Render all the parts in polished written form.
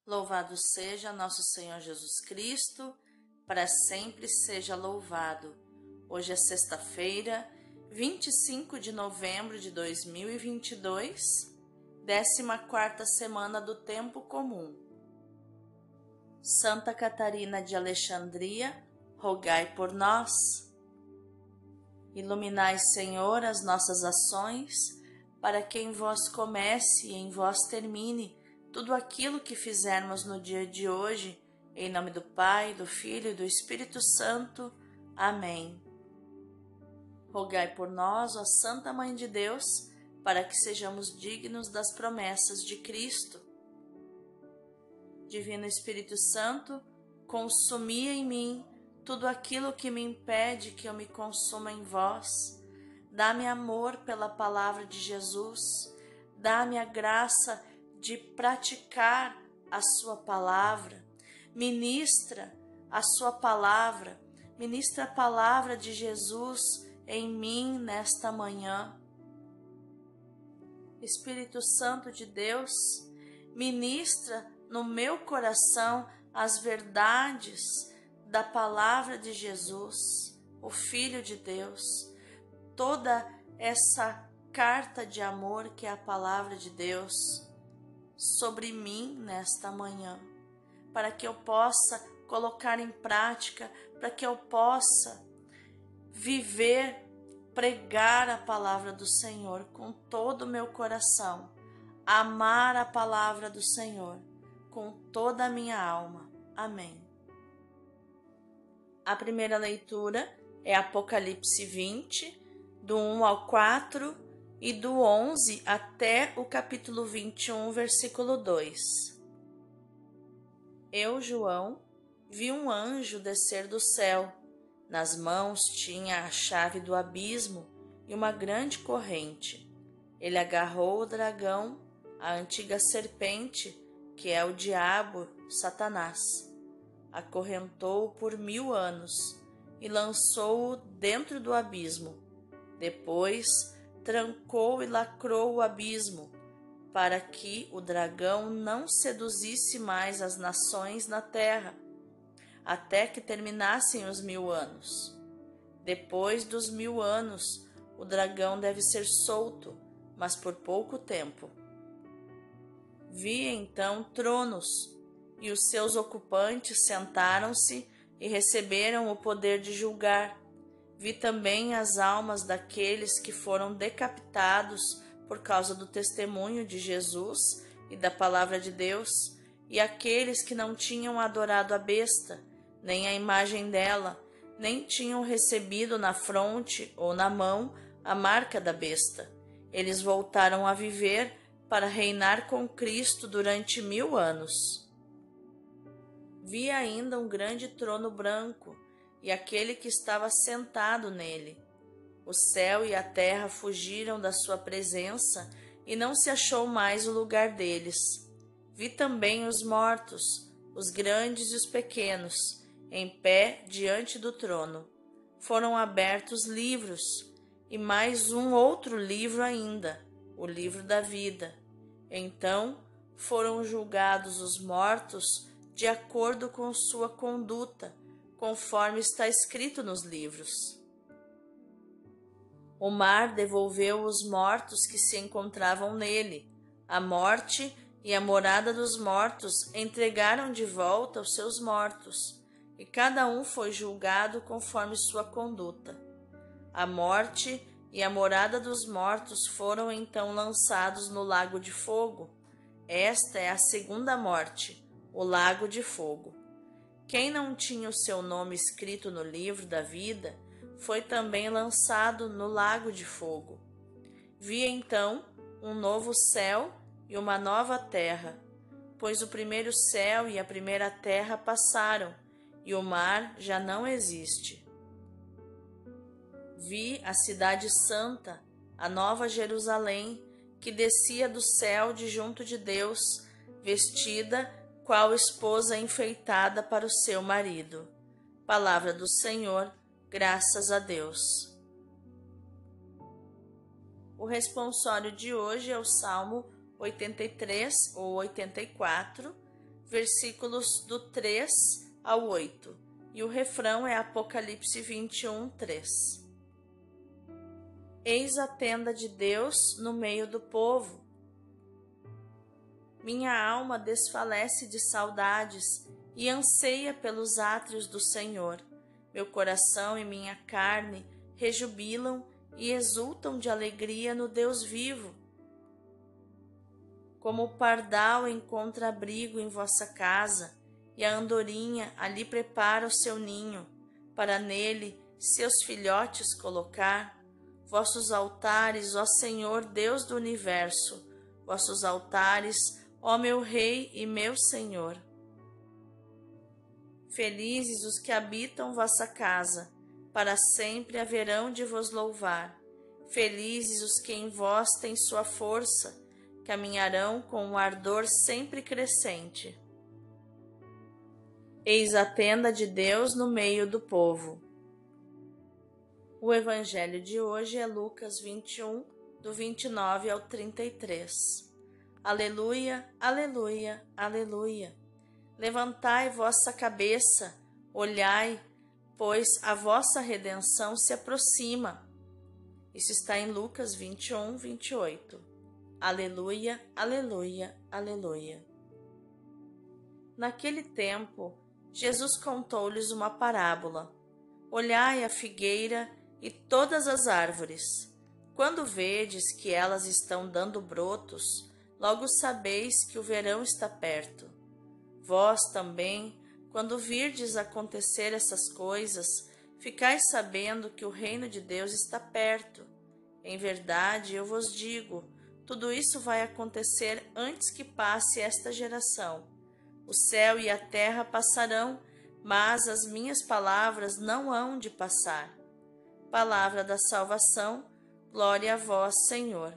Louvado seja nosso Senhor Jesus Cristo, para sempre seja louvado. Hoje é sexta-feira, 25 de novembro de 2022, 14ª semana do Tempo Comum. Santa Catarina de Alexandria, rogai por nós. Iluminai, Senhor, as nossas ações, para que em vós comece e em vós termine tudo aquilo que fizermos no dia de hoje, em nome do Pai, do Filho e do Espírito Santo. Amém. Rogai por nós, ó Santa Mãe de Deus, para que sejamos dignos das promessas de Cristo. Divino Espírito Santo, consumi em mim tudo aquilo que me impede que eu me consuma em vós. Dá-me amor pela palavra de Jesus, dá-me a graça de praticar a sua palavra. Ministra a sua palavra, ministra a palavra de Jesus em mim nesta manhã. Espírito Santo de Deus, ministra no meu coração as verdades da palavra de Jesus, o Filho de Deus, toda essa carta de amor que é a palavra de Deus sobre mim nesta manhã, para que eu possa colocar em prática, para que eu possa viver, pregar a palavra do Senhor com todo o meu coração, amar a palavra do Senhor com toda a minha alma. Amém. A primeira leitura é Apocalipse 20, do 1 ao 4 e do 11 até o capítulo 21, versículo 2. Eu, João, vi um anjo descer do céu. Nas mãos tinha a chave do abismo e uma grande corrente. Ele agarrou o dragão, a antiga serpente, que é o diabo, Satanás. Acorrentou-o por 1000 anos e lançou-o dentro do abismo. Depois trancou e lacrou o abismo, para que o dragão não seduzisse mais as nações na terra, até que terminassem os 1000 anos. Depois dos 1000 anos, o dragão deve ser solto, mas por pouco tempo. Vi então tronos, e os seus ocupantes sentaram-se e receberam o poder de julgar. Vi também as almas daqueles que foram decapitados por causa do testemunho de Jesus e da palavra de Deus, e aqueles que não tinham adorado a besta, nem a imagem dela, nem tinham recebido na fronte ou na mão a marca da besta. Eles voltaram a viver para reinar com Cristo durante 1000 anos. Vi ainda um grande trono branco e aquele que estava sentado nele. O céu e a terra fugiram da sua presença e não se achou mais o lugar deles. Vi também os mortos, os grandes e os pequenos, em pé diante do trono. Foram abertos livros, e mais um outro livro ainda, o livro da vida. Então foram julgados os mortos de acordo com sua conduta, conforme está escrito nos livros. O mar devolveu os mortos que se encontravam nele. A morte e a morada dos mortos entregaram de volta os seus mortos, e cada um foi julgado conforme sua conduta. A morte e a morada dos mortos foram então lançados no lago de fogo. Esta é a segunda morte, o lago de fogo. Quem não tinha o seu nome escrito no livro da vida foi também lançado no lago de fogo. Vi então um novo céu e uma nova terra, pois o primeiro céu e a primeira terra passaram, e o mar já não existe. Vi a cidade santa, a nova Jerusalém, que descia do céu de junto de Deus, vestida qual esposa enfeitada para o seu marido. Palavra do Senhor, graças a Deus. O responsório de hoje é o Salmo 83 ou 84, versículos do 3 ao 8, e o refrão é Apocalipse 21, 3. Eis a tenda de Deus no meio do povo. Minha alma desfalece de saudades e anseia pelos átrios do Senhor. Meu coração e minha carne rejubilam e exultam de alegria no Deus vivo. Como o pardal encontra abrigo em vossa casa, e a andorinha ali prepara o seu ninho, para nele seus filhotes colocar. Vossos altares, ó Senhor Deus do universo, vossos altares, ó meu Rei e meu Senhor. Felizes os que habitam vossa casa, para sempre haverão de vos louvar. Felizes os que em vós têm sua força, caminharão com um ardor sempre crescente. Eis a tenda de Deus no meio do povo. O evangelho de hoje é Lucas 21, do 29 ao 33. Aleluia, aleluia, aleluia. Levantai vossa cabeça, olhai, pois a vossa redenção se aproxima. Isso está em Lucas 21, 28. Aleluia, aleluia, aleluia. Naquele tempo, Jesus contou-lhes uma parábola. Olhai a figueira e todas as árvores. Quando vedes que elas estão dando brotos, logo sabeis que o verão está perto. Vós também, quando virdes acontecer essas coisas, ficais sabendo que o reino de Deus está perto. Em verdade, eu vos digo, tudo isso vai acontecer antes que passe esta geração. O céu e a terra passarão, mas as minhas palavras não hão de passar. Palavra da salvação, glória a vós, Senhor.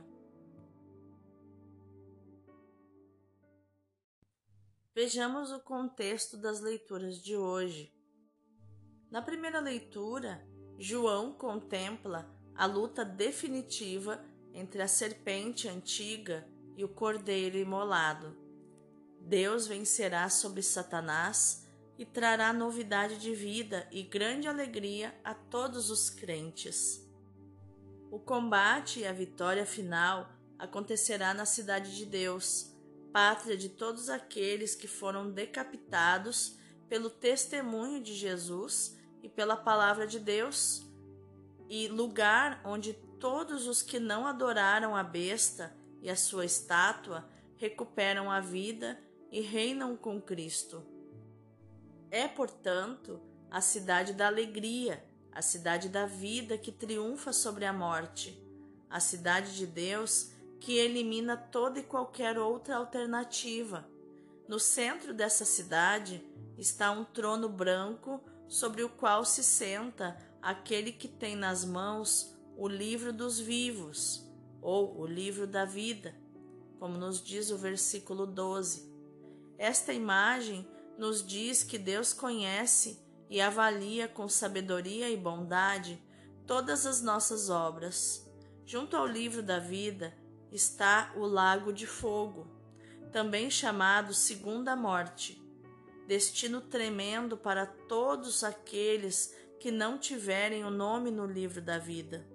Vejamos o contexto das leituras de hoje. Na primeira leitura, João contempla a luta definitiva entre a serpente antiga e o cordeiro imolado. Deus vencerá sobre Satanás e trará novidade de vida e grande alegria a todos os crentes. O combate e a vitória final acontecerá na cidade de Deus, pátria de todos aqueles que foram decapitados pelo testemunho de Jesus e pela palavra de Deus, e lugar onde todos os que não adoraram a besta e a sua estátua recuperam a vida e reinam com Cristo. É, portanto, a cidade da alegria, a cidade da vida que triunfa sobre a morte, a cidade de Deus que elimina toda e qualquer outra alternativa. No centro dessa cidade está um trono branco sobre o qual se senta aquele que tem nas mãos o livro dos vivos, ou o livro da vida, como nos diz o versículo 12. Esta imagem nos diz que Deus conhece e avalia com sabedoria e bondade todas as nossas obras. Junto ao livro da vida está o lago de fogo, também chamado Segunda Morte, destino tremendo para todos aqueles que não tiverem o nome no livro da vida.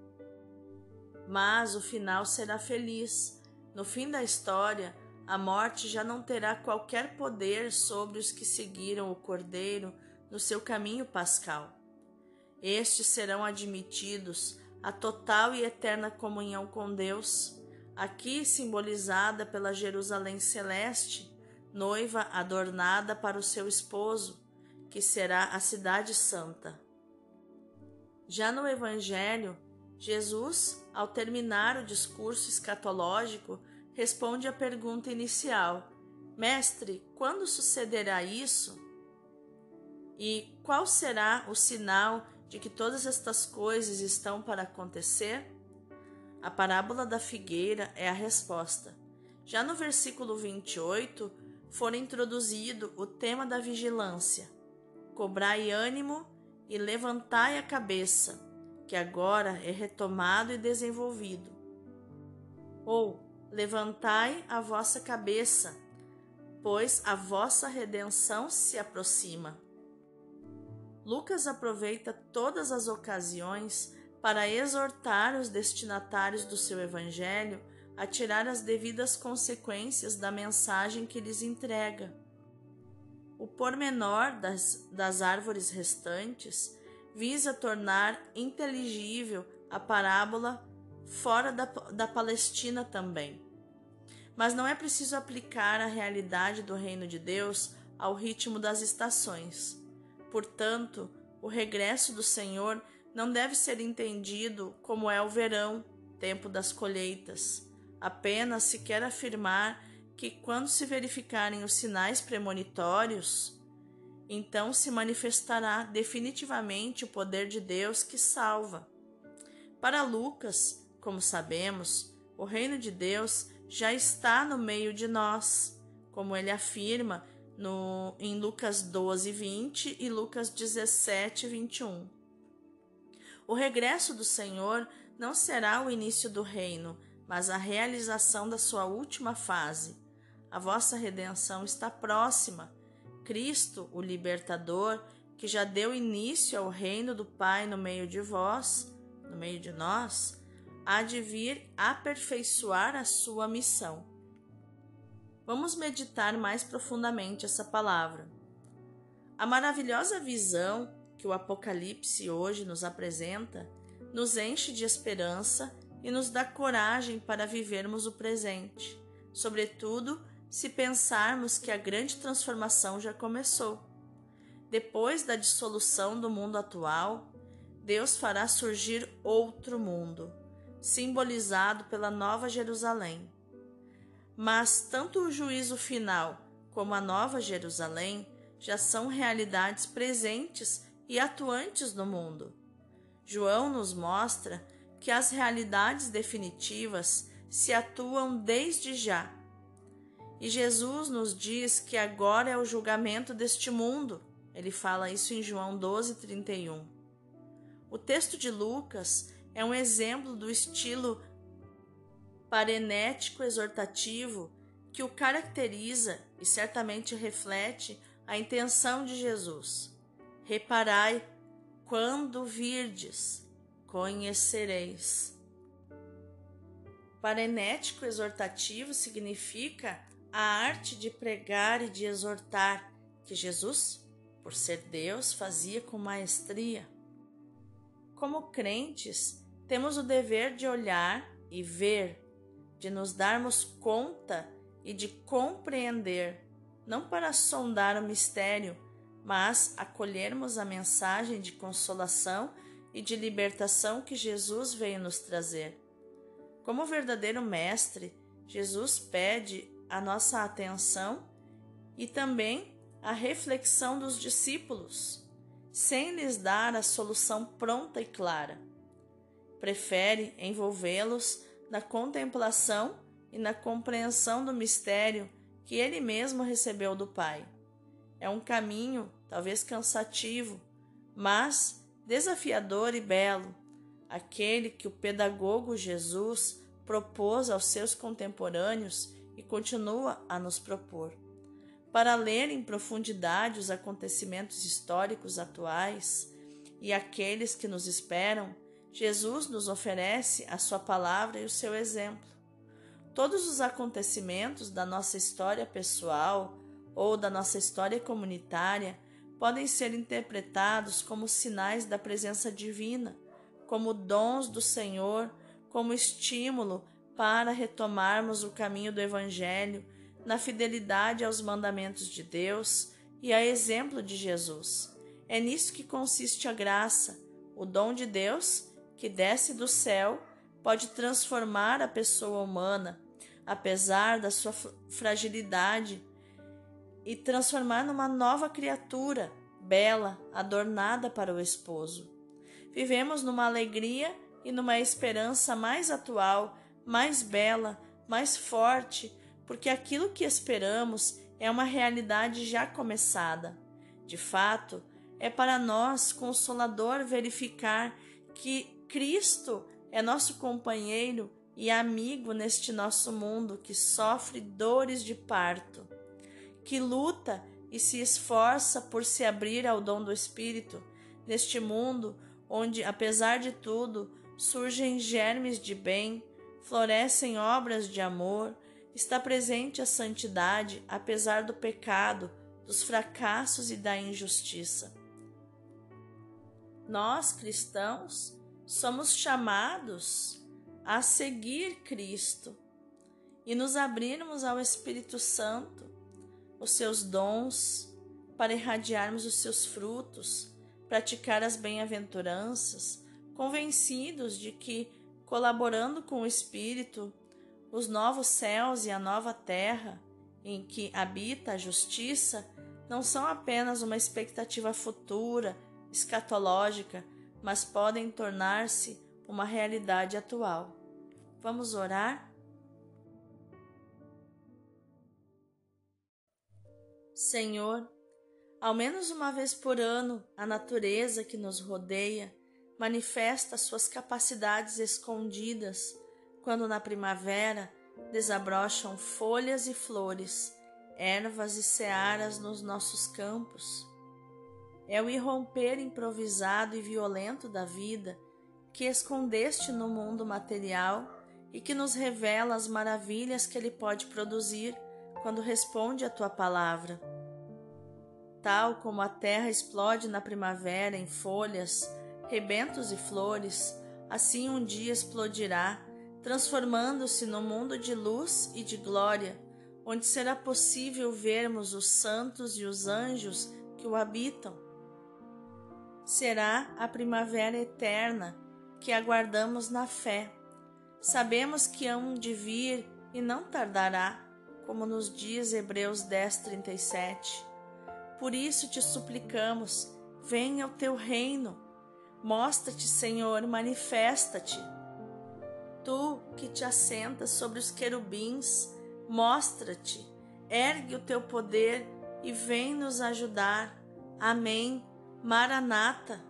Mas o final será feliz. No fim da história, a morte já não terá qualquer poder sobre os que seguiram o Cordeiro no seu caminho pascal. Estes serão admitidos à total e eterna comunhão com Deus, aqui simbolizada pela Jerusalém celeste, noiva adornada para o seu esposo, que será a cidade santa. Já no Evangelho, Jesus, ao terminar o discurso escatológico, responde à pergunta inicial: Mestre, quando sucederá isso? E qual será o sinal de que todas estas coisas estão para acontecer? A parábola da figueira é a resposta. Já no versículo 28, foi introduzido o tema da vigilância. Cobrai ânimo e levantai a cabeça, que agora é retomado e desenvolvido. Ou, levantai a vossa cabeça, pois a vossa redenção se aproxima. Lucas aproveita todas as ocasiões para exortar os destinatários do seu evangelho a tirar as devidas consequências da mensagem que lhes entrega. O pormenor das árvores restantes visa tornar inteligível a parábola fora da Palestina também. Mas não é preciso aplicar a realidade do reino de Deus ao ritmo das estações. Portanto, o regresso do Senhor não deve ser entendido como é o verão, tempo das colheitas. Apenas se quer afirmar que quando se verificarem os sinais premonitórios, então se manifestará definitivamente o poder de Deus que salva. Para Lucas, como sabemos, o reino de Deus já está no meio de nós, como ele afirma em Lucas 12, 20 e Lucas 17, 21. O regresso do Senhor não será o início do reino, mas a realização da sua última fase. A vossa redenção está próxima. Cristo, o libertador, que já deu início ao reino do Pai no meio de vós, no meio de nós, há de vir aperfeiçoar a sua missão. Vamos meditar mais profundamente essa palavra. A maravilhosa visão que o Apocalipse hoje nos apresenta nos enche de esperança e nos dá coragem para vivermos o presente, sobretudo se pensarmos que a grande transformação já começou. Depois da dissolução do mundo atual, Deus fará surgir outro mundo, simbolizado pela Nova Jerusalém. Mas tanto o juízo final como a Nova Jerusalém já são realidades presentes e atuantes no mundo. João nos mostra que as realidades definitivas se atuam desde já. E Jesus nos diz que agora é o julgamento deste mundo. Ele fala isso em João 12, 31. O texto de Lucas é um exemplo do estilo parenético exortativo que o caracteriza e certamente reflete a intenção de Jesus. Reparai, quando virdes, conhecereis. Parenético exortativo significa a arte de pregar e de exortar, que Jesus, por ser Deus, fazia com maestria. Como crentes, temos o dever de olhar e ver, de nos darmos conta e de compreender, não para sondar o mistério, mas acolhermos a mensagem de consolação e de libertação que Jesus veio nos trazer. Como verdadeiro mestre, Jesus pede a nossa atenção e também a reflexão dos discípulos, sem lhes dar a solução pronta e clara. Prefere envolvê-los na contemplação e na compreensão do mistério que ele mesmo recebeu do Pai. É um caminho, talvez cansativo, mas desafiador e belo, aquele que o pedagogo Jesus propôs aos seus contemporâneos e continua a nos propor. Para ler em profundidade os acontecimentos históricos atuais e aqueles que nos esperam, Jesus nos oferece a sua palavra e o seu exemplo. Todos os acontecimentos da nossa história pessoal ou da nossa história comunitária podem ser interpretados como sinais da presença divina, como dons do Senhor, como estímulo para retomarmos o caminho do Evangelho na fidelidade aos mandamentos de Deus e a exemplo de Jesus. É nisso que consiste a graça, o dom de Deus que desce do céu pode transformar a pessoa humana, apesar da sua fragilidade, e transformar numa nova criatura, bela, adornada para o esposo. Vivemos numa alegria e numa esperança mais atual, mais bela, mais forte, porque aquilo que esperamos é uma realidade já começada. De fato, é para nós consolador verificar que Cristo é nosso companheiro e amigo neste nosso mundo que sofre dores de parto. que luta e se esforça por se abrir ao dom do Espírito, neste mundo onde, apesar de tudo, surgem germes de bem, florescem obras de amor, está presente a santidade, apesar do pecado, dos fracassos e da injustiça. Nós, cristãos, somos chamados a seguir Cristo e nos abrirmos ao Espírito Santo, os seus dons, para irradiarmos os seus frutos, praticar as bem-aventuranças, convencidos de que, colaborando com o Espírito, os novos céus e a nova terra, em que habita a justiça, não são apenas uma expectativa futura, escatológica, mas podem tornar-se uma realidade atual. Vamos orar? Senhor, ao menos uma vez por ano, a natureza que nos rodeia manifesta suas capacidades escondidas, quando na primavera desabrocham folhas e flores, ervas e searas nos nossos campos. É o irromper improvisado e violento da vida que escondeste no mundo material e que nos revela as maravilhas que ele pode produzir quando responde à tua palavra. Tal como a terra explode na primavera em folhas, rebentos e flores, assim um dia explodirá, transformando-se no mundo de luz e de glória, onde será possível vermos os santos e os anjos que o habitam. Será a primavera eterna que aguardamos na fé. Sabemos que hão de vir e não tardará, como nos diz Hebreus 10:37. Por isso te suplicamos, venha o teu reino. Mostra-te, Senhor, manifesta-te. Tu que te assentas sobre os querubins, mostra-te, ergue o teu poder e vem nos ajudar. Amém. Maranata.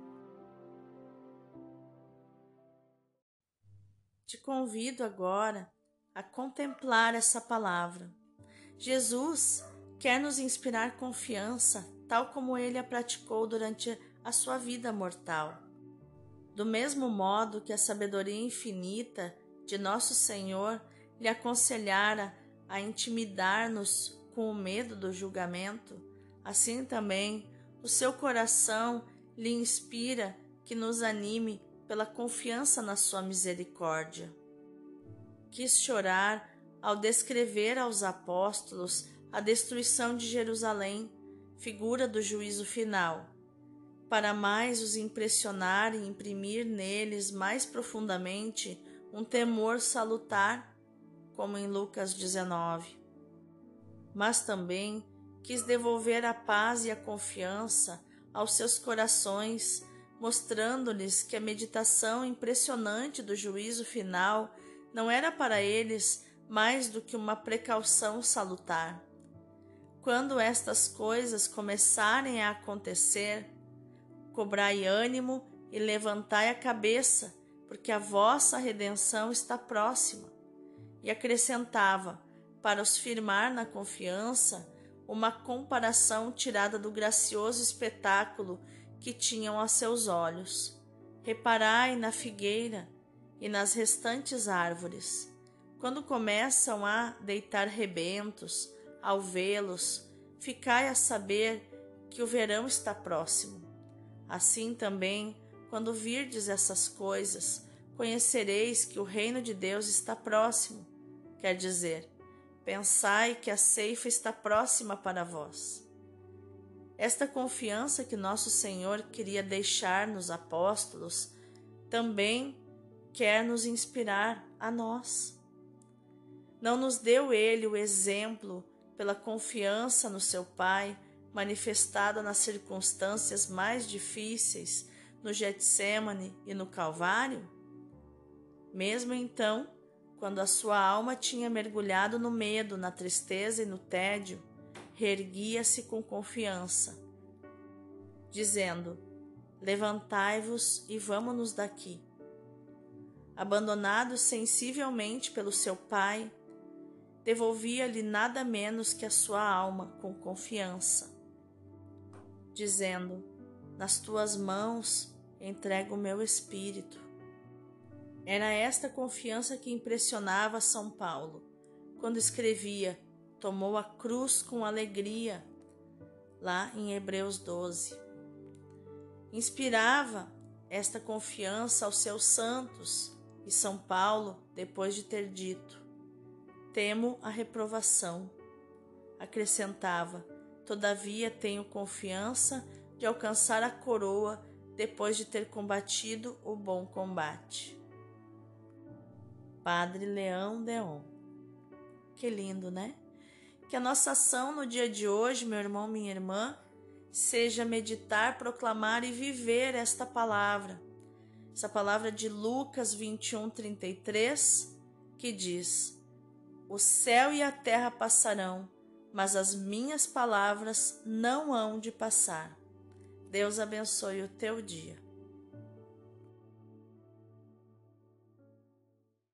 Te convido agora a contemplar essa palavra. Jesus quer nos inspirar confiança, tal como ele a praticou durante a sua vida mortal. Do mesmo modo que a sabedoria infinita de nosso Senhor lhe aconselhara a intimidar-nos com o medo do julgamento, assim também o seu coração lhe inspira que nos anime pela confiança na sua misericórdia. Quis chorar ao descrever aos apóstolos a destruição de Jerusalém, figura do juízo final, para mais os impressionar e imprimir neles mais profundamente um temor salutar, como em Lucas 19. Mas também quis devolver a paz e a confiança aos seus corações, mostrando-lhes que a meditação impressionante do juízo final não era para eles mais do que uma precaução salutar. Quando estas coisas começarem a acontecer, cobrai ânimo e levantai a cabeça, porque a vossa redenção está próxima. E acrescentava, para os firmar na confiança, uma comparação tirada do gracioso espetáculo que tinham a seus olhos. Reparai na figueira e nas restantes árvores. Quando começam a deitar rebentos, ao vê-los, ficai a saber que o verão está próximo. Assim também, quando virdes essas coisas, conhecereis que o reino de Deus está próximo. Quer dizer, pensai que a ceifa está próxima para vós. Esta confiança que nosso Senhor queria deixar nos apóstolos também quer nos inspirar a nós. Não nos deu ele o exemplo pela confiança no seu Pai, manifestada nas circunstâncias mais difíceis, no Getsêmani e no Calvário? Mesmo então, quando a sua alma tinha mergulhado no medo, na tristeza e no tédio, reerguia-se com confiança, dizendo: levantai-vos e vamo-nos daqui. Abandonado sensivelmente pelo seu Pai, devolvia-lhe nada menos que a sua alma com confiança, dizendo: nas tuas mãos entrego o meu espírito. Era esta confiança que impressionava São Paulo, quando escrevia: tomou a cruz com alegria, lá em Hebreus 12. Inspirava esta confiança aos seus santos, e São Paulo, depois de ter dito: temo a reprovação, acrescentava: todavia tenho confiança de alcançar a coroa depois de ter combatido o bom combate. Padre Leão Deon. Que lindo, né? Que a nossa ação no dia de hoje, meu irmão, minha irmã, seja meditar, proclamar e viver esta palavra. Essa palavra de Lucas 21:33, que diz: o céu e a terra passarão, mas as minhas palavras não hão de passar. Deus abençoe o teu dia.